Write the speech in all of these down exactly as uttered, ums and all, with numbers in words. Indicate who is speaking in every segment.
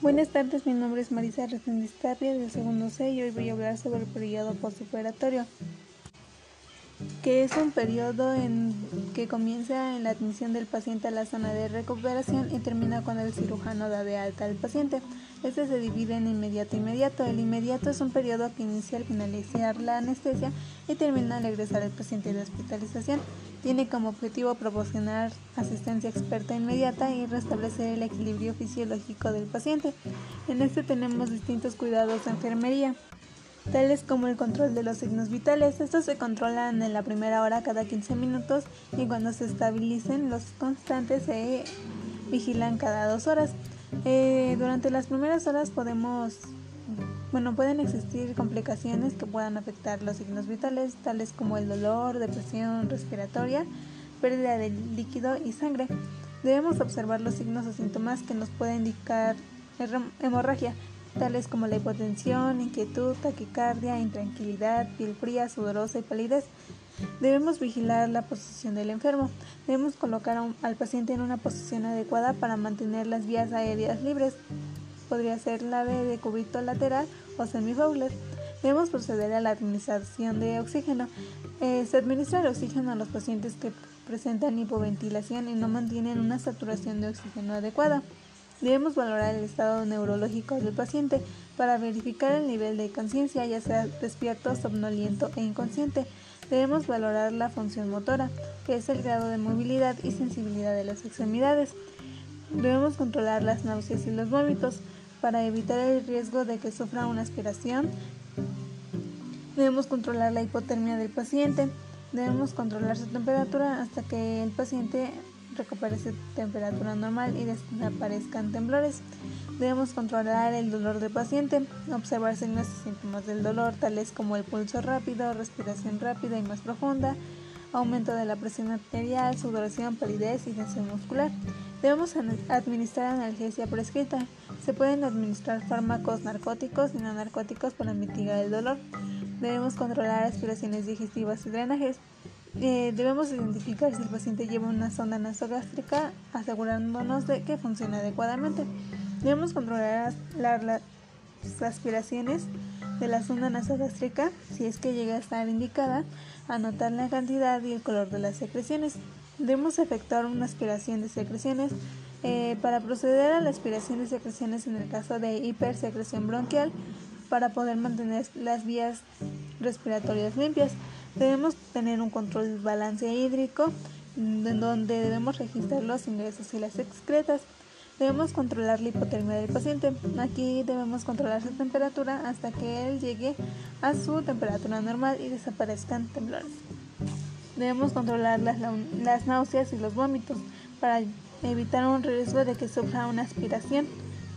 Speaker 1: Buenas tardes, mi nombre es Marisa Reséndiz Tapia del segundo C y hoy voy a hablar sobre el periodo postoperatorio, que es un periodo en que comienza en la admisión del paciente a la zona de recuperación y termina cuando el cirujano da de alta al paciente. Este se divide en inmediato e inmediato. El inmediato es un periodo que inicia al finalizar la anestesia y termina al regresar el paciente de hospitalización. Tiene como objetivo proporcionar asistencia experta inmediata y restablecer el equilibrio fisiológico del paciente. En este tenemos distintos cuidados de enfermería, tales como el control de los signos vitales. Estos se controlan en la primera hora cada quince minutos y cuando se estabilicen los constantes se vigilan cada dos horas. Eh, durante las primeras horas podemos, bueno, pueden existir complicaciones que puedan afectar los signos vitales, tales como el dolor, depresión respiratoria, pérdida de líquido y sangre. Debemos observar los signos o síntomas que nos pueden indicar hemorragia, tales como la hipotensión, inquietud, taquicardia, intranquilidad, piel fría, sudorosa y palidez. Debemos vigilar la posición del enfermo. Debemos colocar un, al paciente en una posición adecuada para mantener las vías aéreas libres. Podría ser la B de cúbito lateral o semifowler. Debemos proceder a la administración de oxígeno. Eh, se administra el oxígeno a los pacientes que presentan hipoventilación y no mantienen una saturación de oxígeno adecuada. Debemos valorar el estado neurológico del paciente para verificar el nivel de conciencia, ya sea despierto, somnoliento e inconsciente. Debemos valorar la función motora, que es el grado de movilidad y sensibilidad de las extremidades. Debemos controlar las náuseas y los vómitos para evitar el riesgo de que sufra una aspiración. Debemos controlar la hipotermia del paciente. Debemos controlar su temperatura hasta que el paciente recupere su temperatura normal y desaparezcan temblores. Debemos controlar el dolor del paciente, observar signos y síntomas del dolor, tales como el pulso rápido, respiración rápida y más profunda, aumento de la presión arterial, sudoración, palidez y tensión muscular. Debemos administrar analgesia prescrita. Se pueden administrar fármacos narcóticos y no narcóticos para mitigar el dolor. Debemos controlar aspiraciones digestivas y drenajes. Eh, debemos identificar si el paciente lleva una sonda nasogástrica, asegurándonos de que funcione adecuadamente. Debemos controlar las, las aspiraciones de la sonda nasogástrica si es que llega a estar indicada, anotar la cantidad y el color de las secreciones. Debemos efectuar una aspiración de secreciones. Eh, para proceder a la aspiración de secreciones en el caso de hipersecreción bronquial, para poder mantener las vías respiratorias limpias, debemos tener un control del balance hídrico, en donde debemos registrar los ingresos y las excretas. Debemos controlar la hipotermia del paciente. Aquí debemos controlar su temperatura hasta que él llegue a su temperatura normal y desaparezcan temblores. Debemos controlar las, las náuseas y los vómitos para evitar un riesgo de que sufra una aspiración.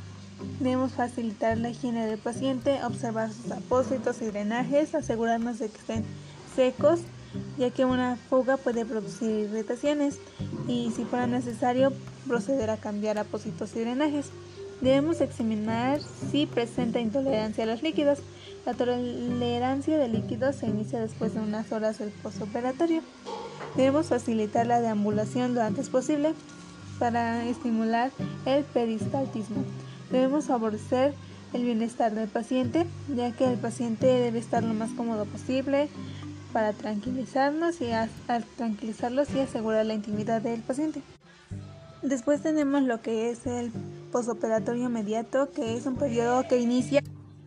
Speaker 1: Debemos facilitar la higiene del paciente, observar sus apósitos y drenajes, asegurarnos de que estén secos, ya que una fuga puede producir irritaciones y, si fuera necesario, proceder a cambiar apósitos y drenajes. Debemos examinar si presenta intolerancia a los líquidos. La tolerancia de líquidos se inicia después de unas horas del postoperatorio. Debemos facilitar la deambulación lo antes posible para estimular el peristaltismo. Debemos favorecer el bienestar del paciente, ya que el paciente debe estar lo más cómodo posible para tranquilizarnos y al tranquilizarlos y asegurar la intimidad del paciente. Después tenemos lo que es el postoperatorio inmediato, que es un periodo que inicia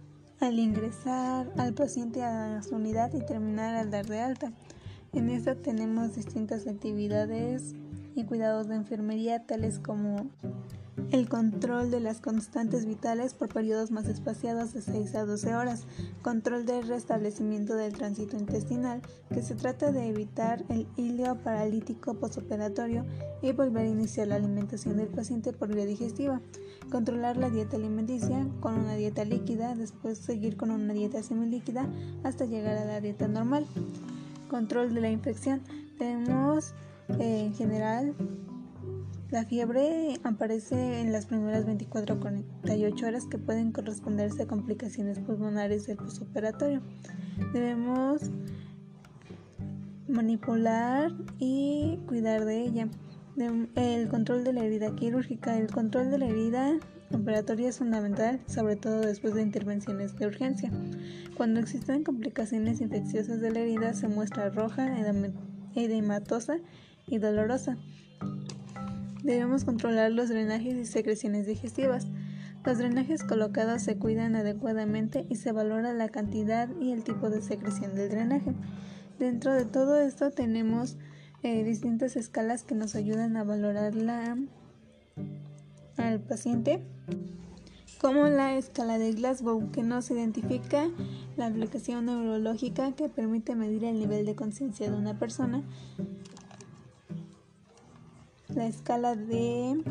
Speaker 1: al ingresar al paciente a su unidad y terminar al dar de alta. En esta tenemos distintas actividades y cuidados de enfermería, tales como el control de las constantes vitales por periodos más espaciados de seis a doce horas, control del restablecimiento del tránsito intestinal, que se trata de evitar el hilo paralítico postoperatorio y volver a iniciar la alimentación del paciente por vía digestiva, controlar la dieta alimenticia con una dieta líquida, después seguir con una dieta semilíquida hasta llegar a la dieta normal. Control de la infección. Tenemos eh, en general la fiebre aparece en las primeras veinticuatro a cuarenta y ocho horas, que pueden corresponderse a complicaciones pulmonares del postoperatorio. Debemos manipular y cuidar de ella. El control de la herida quirúrgica. El control de la herida operatoria es fundamental, sobre todo después de intervenciones de urgencia. Cuando existen complicaciones infecciosas de la herida, se muestra roja, edematosa y dolorosa. Debemos controlar los drenajes y secreciones digestivas. Los drenajes colocados se cuidan adecuadamente y se valora la cantidad y el tipo de secreción del drenaje. Dentro de todo esto tenemos eh, distintas escalas que nos ayudan a valorar la, al paciente, como la escala de Glasgow, que nos identifica la aplicación neurológica que permite medir el nivel de conciencia de una persona. La escala de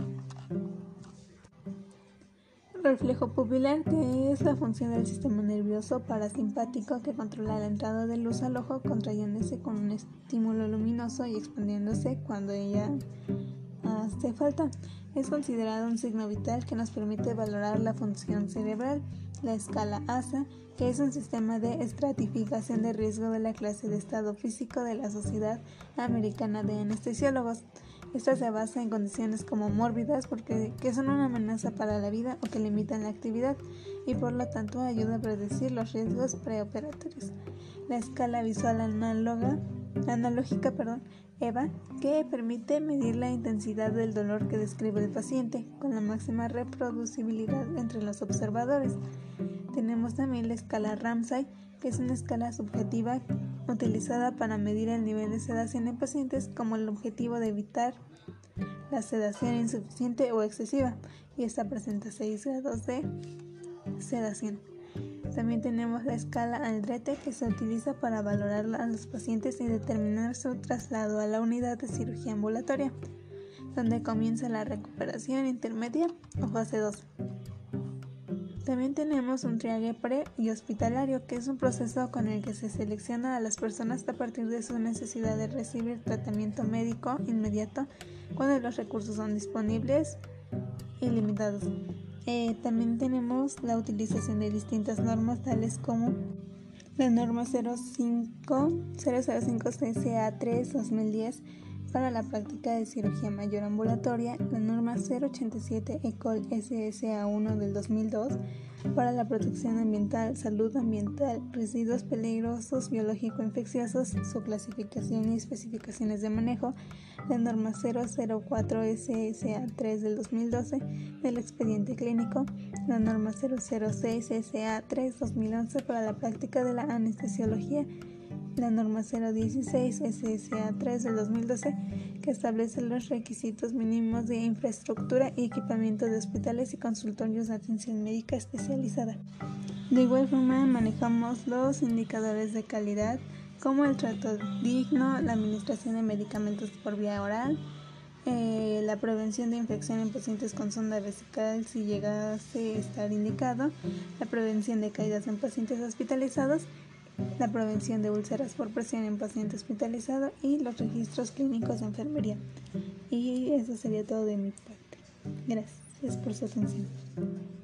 Speaker 1: reflejo pupilar, que es la función del sistema nervioso parasimpático que controla la entrada de luz al ojo, contrayéndose con un estímulo luminoso y expandiéndose cuando ella hace falta. Es considerado un signo vital que nos permite valorar la función cerebral. La escala A S A, que es un sistema de estratificación de riesgo de la clase de estado físico de la Sociedad Americana de Anestesiólogos. Esta se basa en condiciones como mórbidas, porque que son una amenaza para la vida o que limitan la actividad, y por lo tanto ayuda a predecir los riesgos preoperatorios. La escala visual análoga, analógica, perdón, E V A, que permite medir la intensidad del dolor que describe el paciente, con la máxima reproducibilidad entre los observadores. Tenemos también la escala Ramsay, que es una escala subjetiva utilizada para medir el nivel de sedación en pacientes con el objetivo de evitar la sedación insuficiente o excesiva, y esta presenta seis grados de sedación. También tenemos la escala Aldrete, que se utiliza para valorar a los pacientes y determinar su traslado a la unidad de cirugía ambulatoria, donde comienza la recuperación intermedia o fase dos. También tenemos un triaje pre y hospitalario, que es un proceso con el que se selecciona a las personas a partir de su necesidad de recibir tratamiento médico inmediato cuando los recursos son disponibles y limitados. Eh, también tenemos la utilización de distintas normas, tales como la norma cero cero cero cinco C S A tres dos mil diez para la práctica de cirugía mayor ambulatoria, la norma cero ochenta y siete E C O L S S A uno del dos mil dos para la protección ambiental, salud ambiental, residuos peligrosos biológico-infecciosos, su clasificación y especificaciones de manejo, la norma cero cero cuatro S S A tres del dos mil doce del expediente clínico, la norma cero cero seis S A tres dos mil once para la práctica de la anestesiología, la norma cero dieciséis S S A tres del dos mil doce, que establece los requisitos mínimos de infraestructura y equipamiento de hospitales y consultorios de atención médica especializada. De igual forma, manejamos los indicadores de calidad, como el trato digno, la administración de medicamentos por vía oral, eh, la prevención de infección en pacientes con sonda vesical si llegase a estar indicado, la prevención de caídas en pacientes hospitalizados, la prevención de úlceras por presión en paciente hospitalizado y los registros clínicos de enfermería. Y eso sería todo de mi parte. Gracias por su atención.